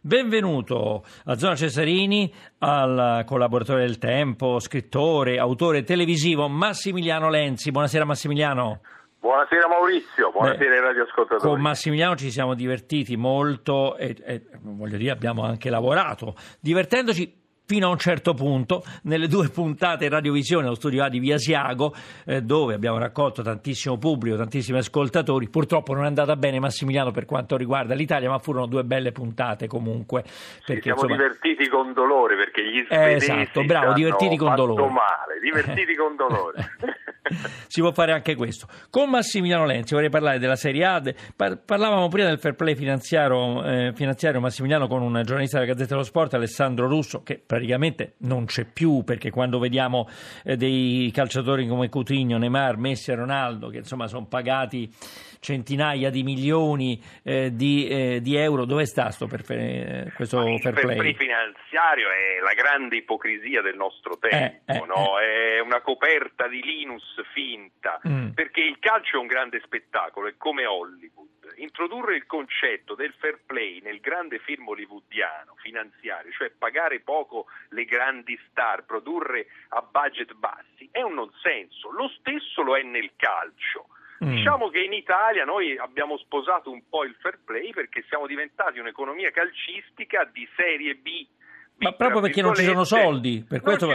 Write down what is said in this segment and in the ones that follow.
Benvenuto a Zona Cesarini, al collaboratore del Tempo, scrittore, autore televisivo Massimiliano Lenzi. Buonasera Massimiliano. Buonasera Maurizio, buonasera ai radioascoltatori. Con Massimiliano ci siamo divertiti molto e voglio dire abbiamo anche lavorato, divertendoci fino a un certo punto nelle 2 puntate Radiovisione allo studio A di Via Asiago, dove abbiamo raccolto tantissimo pubblico, tantissimi ascoltatori. Purtroppo non è andata bene Massimiliano per quanto riguarda l'Italia, ma furono 2 belle puntate comunque. Perché, siamo divertiti con dolore perché gli svedesi esatto, bravo, divertiti con dolore. Male, divertiti con dolore. Si può fare anche questo. Con Massimiliano Lenzi vorrei parlare della Serie A. Parlavamo prima del fair play finanziario Massimiliano con un giornalista della Gazzetta dello Sport, Alessandro Russo, che praticamente non c'è più, perché quando vediamo dei calciatori come Coutinho, Neymar, Messi e Ronaldo che insomma sono pagati centinaia di milioni di euro, dove sta questo fair play? Il fair play finanziario è la grande ipocrisia del nostro tempo, no? È una coperta di Linus finta, perché il calcio è un grande spettacolo, è come Hollywood. Introdurre il concetto del fair play nel grande film hollywoodiano finanziario, cioè pagare poco le grandi star, produrre a budget bassi, è un non senso. Lo stesso lo è nel calcio. Diciamo che in Italia noi abbiamo sposato un po' il fair play perché siamo diventati un'economia calcistica di serie B. Ma proprio perché non ci sono soldi, per questo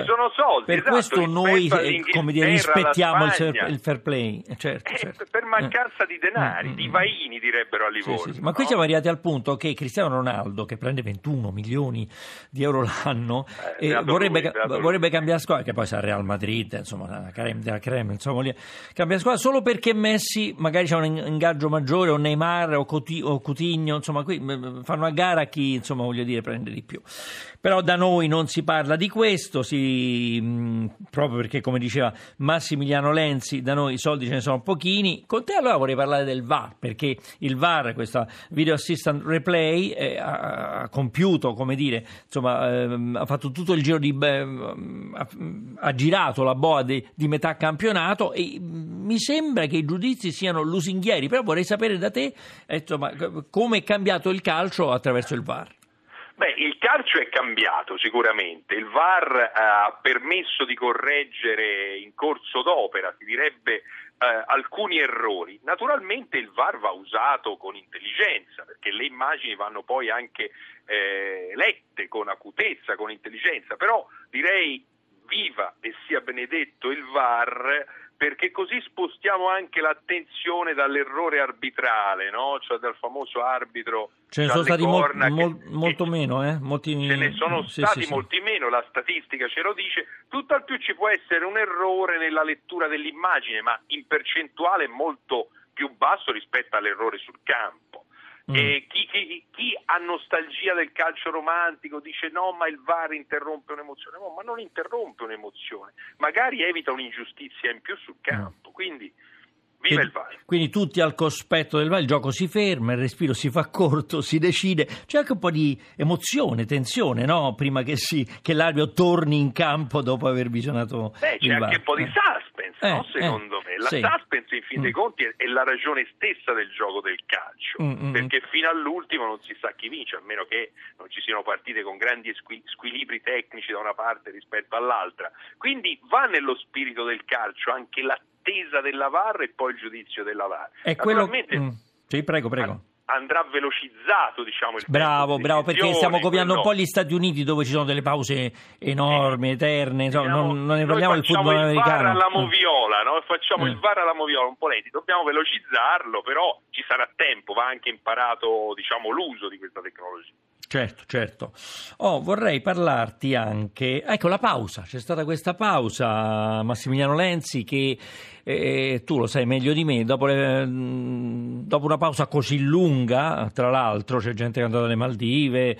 noi come dire, rispettiamo il fair play, certo. Per mancanza di denari, di vaini direbbero a Livorno. Sì. Ma qui siamo arrivati al punto che Cristiano Ronaldo, che prende 21 milioni di euro l'anno, vorrebbe cambiare squadra, che poi sa Real Madrid, insomma, la creme della creme, insomma, cambia squadra solo perché Messi magari c'ha un ingaggio maggiore, o Neymar o Coutinho, insomma, qui fanno a gara chi, insomma, voglio dire, prende di più. Però da noi non si parla di questo, proprio perché, come diceva Massimiliano Lenzi, da noi i soldi ce ne sono pochini. Con te allora vorrei parlare del VAR, perché il VAR, questa Video Assistant Replay, ha compiuto, come dire, insomma, ha fatto tutto il giro ha girato la boa di metà campionato e mi sembra che i giudizi siano lusinghieri, però vorrei sapere da te, insomma, come è cambiato il calcio attraverso il VAR. Beh, il calcio è cambiato sicuramente, il VAR ha permesso di correggere in corso d'opera, si direbbe, alcuni errori. Naturalmente il VAR va usato con intelligenza, perché le immagini vanno poi anche lette con acutezza, con intelligenza, però direi viva e sia benedetto il VAR, perché così spostiamo anche l'attenzione dall'errore arbitrale, no? Cioè dal famoso arbitro. Ce ne sono stati molto meno, molti. Ce ne sono stati molti meno, la statistica ce lo dice. Tutt'al più ci può essere un errore nella lettura dell'immagine, ma in percentuale molto più basso rispetto all'errore sul campo. E chi ha nostalgia del calcio romantico dice no, ma il VAR interrompe un'emozione. No, ma non interrompe un'emozione, magari evita un'ingiustizia in più sul campo, quindi viva il VAR. Quindi tutti al cospetto del VAR, il gioco si ferma, il respiro si fa corto, si decide, c'è anche un po' di emozione, tensione, no? Prima che l'arbitro torni in campo dopo aver visionato il c'è VAR. Anche un po' di suspense, no? Secondo me la suspense in fin dei conti è la ragione stessa del gioco del calcio, perché fino all'ultimo non si sa chi vince, a meno che non ci siano partite con grandi squilibri tecnici da una parte rispetto all'altra. Quindi va nello spirito del calcio anche l'attesa della VAR e poi il giudizio della VAR. È quello. Sì, prego. Andrà velocizzato, diciamo, il bravo, perché stiamo copiando un po' gli no. Stati Uniti, dove ci sono delle pause enormi, eterne, insomma, non ne parliamo del football americano. Facciamo il VAR alla moviola, un po' lenti, dobbiamo velocizzarlo, però ci sarà tempo, va anche imparato, diciamo, l'uso di questa tecnologia. Certo. Vorrei parlarti anche, ecco, la pausa, c'è stata questa pausa, Massimiliano Lenzi, che tu lo sai meglio di me, dopo una pausa così lunga, tra l'altro c'è gente che è andata alle Maldive,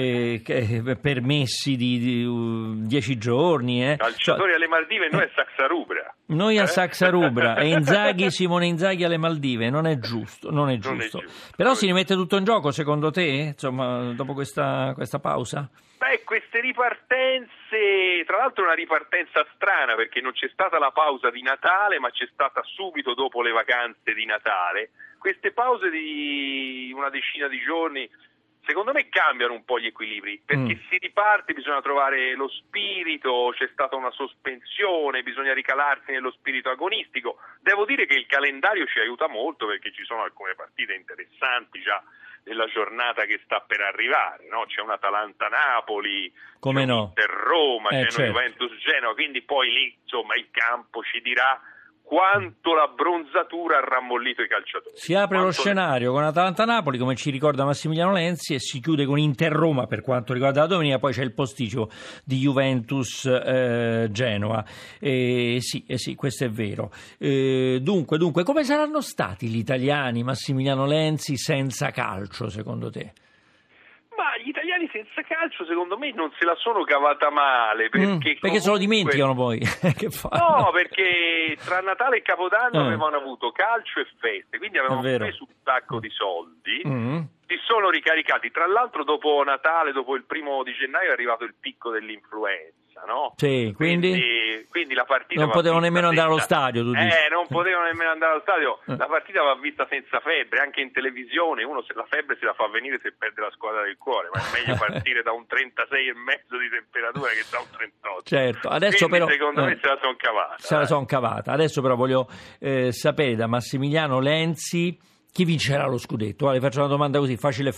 permessi di 10 giorni. Calciatori alle Maldive, noi a Saxarubra. Noi a Saxarubra e Simone Inzaghi alle Maldive, non è giusto. Però si rimette tutto in gioco, secondo te, insomma, dopo questa pausa? Beh, queste ripartenze, tra l'altro una ripartenza strana, perché non c'è stata la pausa di Natale, ma c'è stata subito dopo le vacanze di Natale. Queste pause di una decina di giorni secondo me cambiano un po' gli equilibri, perché si riparte, bisogna trovare lo spirito, c'è stata una sospensione, bisogna ricalarsi nello spirito agonistico. Devo dire che il calendario ci aiuta molto, perché ci sono alcune partite interessanti già nella giornata che sta per arrivare, no? C'è un Atalanta-Napoli, come c'è un no? Inter-Roma, c'è certo. un Juventus-Genoa, quindi poi lì, insomma, il campo ci dirà quanto la bronzatura ha rammollito i calciatori. Si apre lo scenario con Atalanta-Napoli, come ci ricorda Massimiliano Lenzi, e si chiude con Inter-Roma per quanto riguarda la domenica, poi c'è il posticipo di Juventus-Genoa. Sì, questo è vero. Dunque, come saranno stati gli italiani, Massimiliano Lenzi, senza calcio, secondo te? Ma gli italiani senza calcio, secondo me, non se la sono cavata male, perché se lo dimenticano poi. Che no, perché tra Natale e Capodanno avevano avuto calcio e feste, quindi avevano preso un sacco di soldi, si sono ricaricati. Tra l'altro dopo Natale, dopo il 1° di gennaio, è arrivato il picco dell'influenza, no? Sì, quindi la partita non potevano nemmeno andare allo stadio, tu dici. Non potevano nemmeno andare allo stadio. La partita va vista senza febbre, anche in televisione. Uno, se la febbre se la fa venire se perde la squadra del cuore, ma è meglio partire da un 36,5 di temperatura che da un 38. Certo, adesso quindi, però secondo me se la sono cavata. Se la sono cavata. Adesso però voglio sapere da Massimiliano Lenzi chi vincerà lo scudetto. Le faccio una domanda così, facile.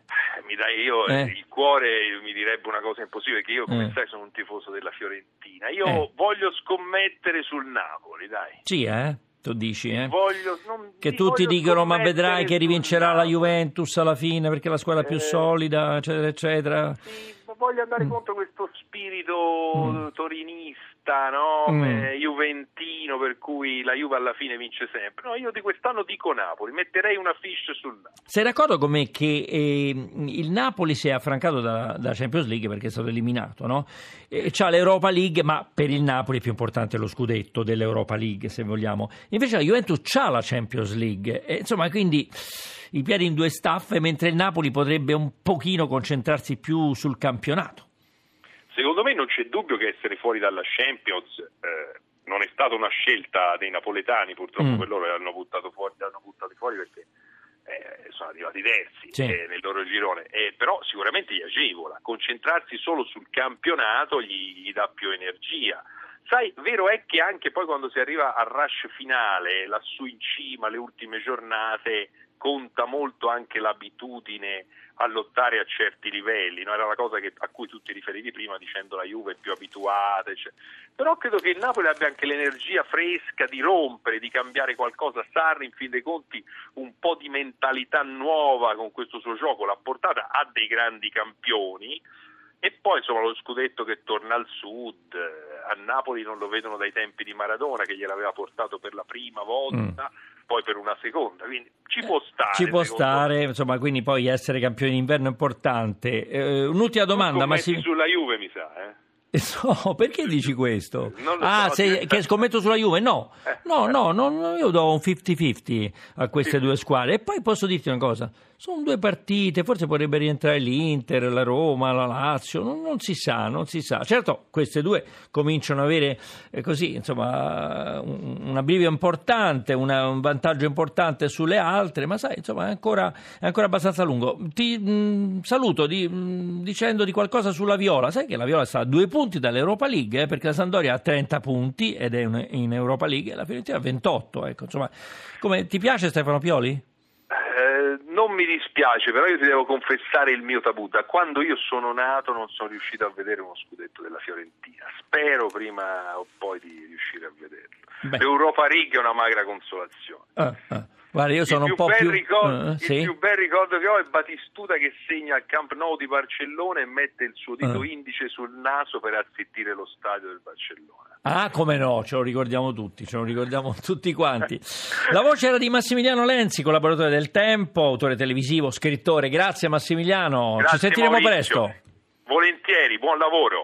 Il cuore mi direbbe una cosa impossibile, perché io, come sai, sono un tifoso della Fiorentina. Io voglio scommettere sul Napoli, dai. Sì, tu dici, che tutti dicono, ma vedrai che rivincerà la Juventus alla fine perché è la squadra più solida, eccetera, eccetera. Sì, ma voglio andare contro questo spirito torinista, no? Juventino, per cui la Juve alla fine vince sempre. No, io di quest'anno dico Napoli, metterei una fiche sul Napoli. Sei d'accordo con me che il Napoli si è affrancato da Champions League perché è stato eliminato, no? C'ha l'Europa League, ma per il Napoli è più importante lo scudetto dell'Europa League, se vogliamo. Invece la Juventus c'ha la Champions League, insomma, quindi i piedi in due staffe, mentre il Napoli potrebbe un pochino concentrarsi più sul campionato. Secondo me non c'è dubbio che essere fuori dalla Champions non è stata una scelta dei napoletani, purtroppo per loro l'hanno buttati fuori perché sono arrivati terzi nel loro girone, però sicuramente gli agevola. Concentrarsi solo sul campionato gli dà più energia. Sai, vero è che anche poi quando si arriva al rush finale, lassù in cima, le ultime giornate, conta molto anche l'abitudine a lottare a certi livelli, no? Era la cosa a cui tu ti riferivi prima dicendo la Juve è più abituata, però credo che il Napoli abbia anche l'energia fresca di rompere, di cambiare qualcosa. Sarri, in fin dei conti, un po' di mentalità nuova con questo suo gioco l'ha portata a dei grandi campioni. E poi insomma lo scudetto che torna al sud, a Napoli non lo vedono dai tempi di Maradona, che gliel'aveva portato per la prima volta, poi per una seconda, quindi ci può stare. Insomma, quindi poi essere campioni d'inverno è importante. Un'ultima domanda, ma sulla Juve mi sa, No, perché dici questo? Non lo so, che scommetto sulla Juve? No, io do un 50-50 a queste due squadre. E poi posso dirti una cosa, sono due partite, forse potrebbe rientrare l'Inter, la Roma, la Lazio, non si sa. Certo, queste due cominciano ad avere così, insomma, un abbrivio importante, un vantaggio importante sulle altre, ma sai, insomma, è ancora abbastanza lungo. Ti saluto dicendo di qualcosa sulla Viola. Sai che la Viola sta a 2 punti dall'Europa League, perché la Sampdoria ha 30 punti ed è in Europa League, e la Fiorentina ha 28. Ecco, insomma, come ti piace Stefano Pioli? Non mi dispiace, però io ti devo confessare il mio tabù. Da quando io sono nato non sono riuscito a vedere uno scudetto della Fiorentina. Spero prima o poi di riuscire a vederlo. L'Europa League è una magra consolazione. Guarda, io sono un po' più... Il più bel ricordo che ho è Batistuta che segna al Camp Nou di Barcellona e mette il suo dito indice sul naso per azzittire lo stadio del Barcellona. Ah, come no, ce lo ricordiamo tutti quanti. La voce era di Massimiliano Lenzi, collaboratore del Tempo, autore televisivo, scrittore. Grazie Massimiliano, Grazie, ci sentiremo Maurizio. presto. Volentieri, buon lavoro.